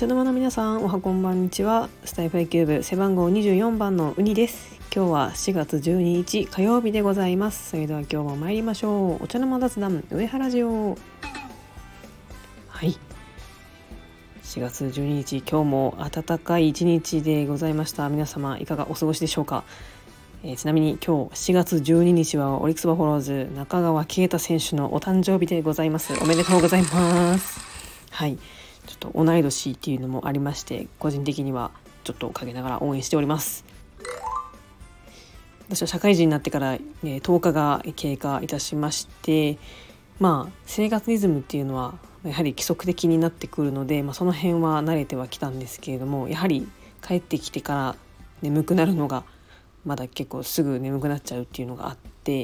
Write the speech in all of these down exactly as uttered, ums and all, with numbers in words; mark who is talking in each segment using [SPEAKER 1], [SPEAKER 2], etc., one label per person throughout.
[SPEAKER 1] 茶の間の皆さん、おはこんばんにちは。スタイフ野球部背番号にじゅうよんばんのウニです。今日はしがつじゅうににち火曜日でございます。それでは今日も参りましょう。お茶の間雑談上原ジオ。はい、しがつじゅうににち、今日も暖かい一日でございました。皆様いかがお過ごしでしょうか。えー、ちなみに今日しがつじゅうににちはオリックスバファローズ中川圭太選手のお誕生日でございます。おめでとうございます。はい、ちょっと同い年っていうのもありまして、個人的にはちょっと陰ながら応援しております。私は社会人になってから、ね、とおかが経過いたしまして、まあ生活リズムっていうのはやはり規則的になってくるので、まあ、その辺は慣れてはきたんですけれども、やはり帰ってきてから眠くなるのがまだ結構すぐ眠くなっちゃうっていうのがあって、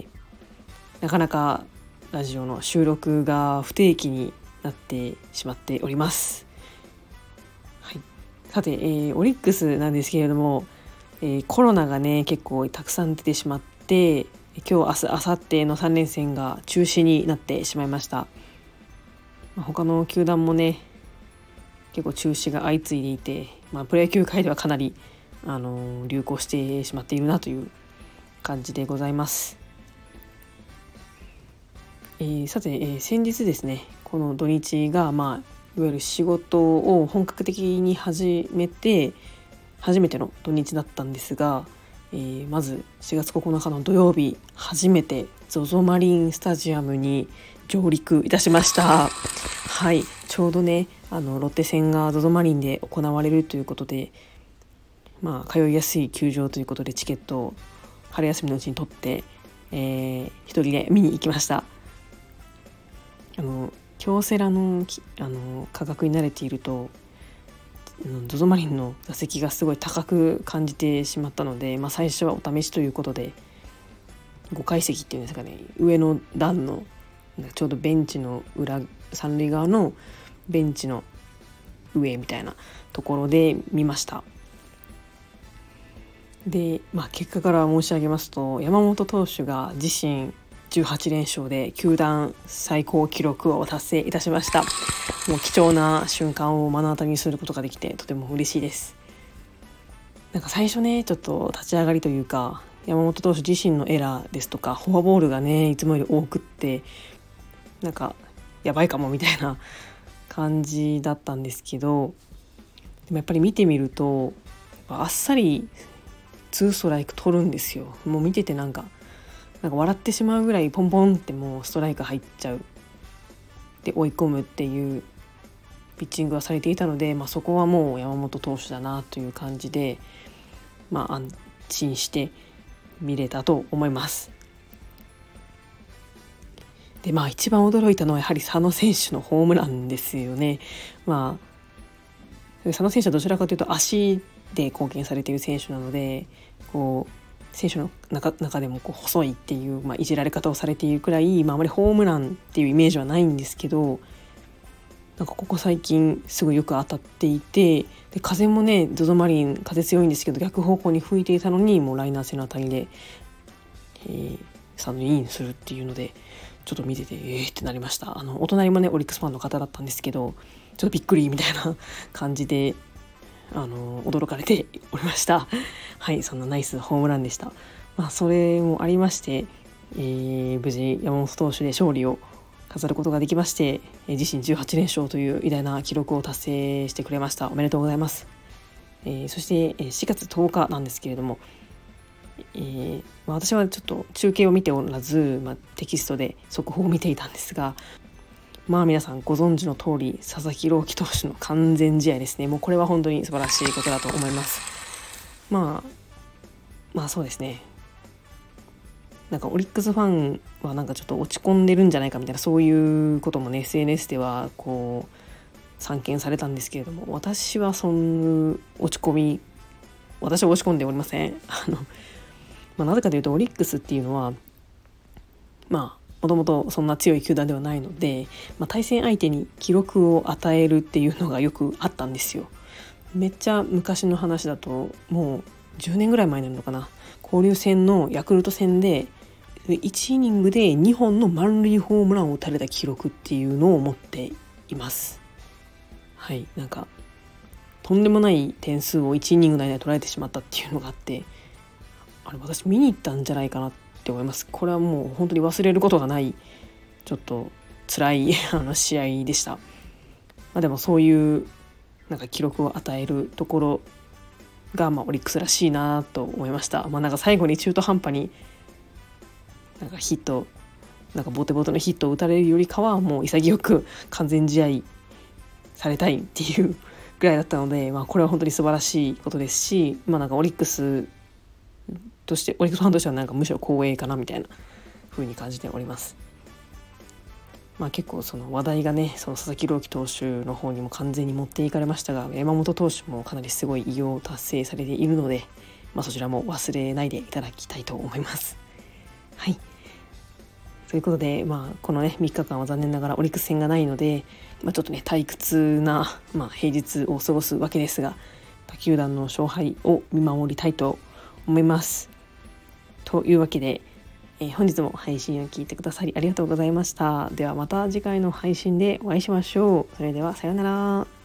[SPEAKER 1] なかなかラジオの収録が不定期になってしまっております。はい、さて、えー、オリックスなんですけれども、えー、コロナがね結構たくさん出てしまって、今日明日明後日のさんれんせんが中止になってしまいました。まあ、他の球団もね結構中止が相次いでいて、まあ、プロ野球界ではかなりあのー、流行してしまっているなという感じでございます。えー、さて、えー、先日ですね、この土日が、まあ、いわゆる仕事を本格的に始めて初めての土日だったんですが、えー、まずしがつここのかの土曜日、初めて ゾゾ マリンスタジアムに上陸いたしました。はい、ちょうどねあのロッテ戦が ゾゾ マリンで行われるということで、まあ、通いやすい球場ということでチケットを春休みのうちに取って、えー、一人で見に行きました。あの京セラの、あの価格に慣れていると ゾゾ マリンの座席がすごい高く感じてしまったので、まあ、最初はお試しということでごかい席っていうんですかね、上の段のちょうどベンチの裏、三塁側のベンチの上みたいなところで見ました。で、まあ、結果から申し上げますと、山本投手が自身じゅうはちれんしょうで球団最高記録を達成いたしました。もう貴重な瞬間を目の当たりにすることができてとても嬉しいです。なんか最初ねちょっと立ち上がりというか、山本投手自身のエラーですとかフォアボールがねいつもより多くって、なんかやばいかもみたいな感じだったんですけど、でもやっぱり見てみるとあっさりツーストライク取るんですよ。もう見ててなんかなんか笑ってしまうぐらいポンポンってもうストライク入っちゃうで追い込むっていうピッチングがされていたので、まあ、そこはもう山本投手だなという感じで、まあ、安心して見れたと思います。で、まあ、一番驚いたのはやはり佐野選手のホームランですよね。まあ、佐野選手はどちらかというと足で貢献されている選手なので、こう選手の 中, 中でもこう細いっていう、まあ、いじられ方をされているくらい、まあ、あまりホームランっていうイメージはないんですけど、なんかここ最近すごいよく当たっていて、で風もね ゾゾ マリン風強いんですけど逆方向に吹いていたのにもうライナー性の当たりで、えー、スタンドインするっていうのでちょっと見ててえーってなりました。あのお隣もねオリックスファンの方だったんですけど、ちょっとびっくりみたいな感じであの驚かれておりました。はい、そんなナイスホームランでした。まあ、それもありまして、えー、無事山本投手で勝利を飾ることができまして、えー、自身じゅうはちれんしょうという偉大な記録を達成してくれました。おめでとうございます。えー、そしてしがつとおかなんですけれども、えーまあ、私はちょっと中継を見ておらず、まあ、テキストで速報を見ていたんですが、まあ皆さんご存知の通り佐々木朗希投手の完全試合ですね。もうこれは本当に素晴らしいことだと思います。まあまあそうですね、なんかオリックスファンはなんかちょっと落ち込んでるんじゃないかみたいな、そういうこともね エスエヌエス ではこう散見されたんですけれども、私はその落ち込み私は落ち込んでおりません。あの、まあ、なぜかというとオリックスっていうのはまあもともとそんな強い球団ではないので、まあ、対戦相手に記録を与えるっていうのがよくあったんですよ。めっちゃ昔の話だともうじゅうねんぐらい前になるのかな、交流戦のヤクルト戦でいちイニングでにほんの満塁ホームランを打たれた記録っていうのを持っています。はい、なんかとんでもない点数をいちイニング内で取られてしまったっていうのがあって、あれ私見に行ったんじゃないかなって思います。これはもう本当に忘れることがないちょっと辛いあの試合でした。まあ、でもそういうなんか記録を与えるところが、まあ、オリックスらしいなと思いました。まあ、なんか最後に中途半端になんかヒットなんかボテボテのヒットを打たれるよりかはもう潔く完全試合されたいっていうぐらいだったので、まあ、これは本当に素晴らしいことですし、まあ、なんかオリックスとしてオリックスファンとしてはなんかむしろ光栄かなみたいな風に感じております。まあ、結構その話題がねその佐々木朗希投手の方にも完全に持っていかれましたが、山本投手もかなりすごい偉業を達成されているので、まあ、そちらも忘れないでいただきたいと思います。はい、ということで、まあ、このねみっかかんは残念ながらオリックス戦がないので、まあ、ちょっとね退屈な、まあ、平日を過ごすわけですが、他球団の勝敗を見守りたいと思います。というわけで、えー、本日も配信を聞いてくださりありがとうございました。ではまた次回の配信でお会いしましょう。それではさようなら。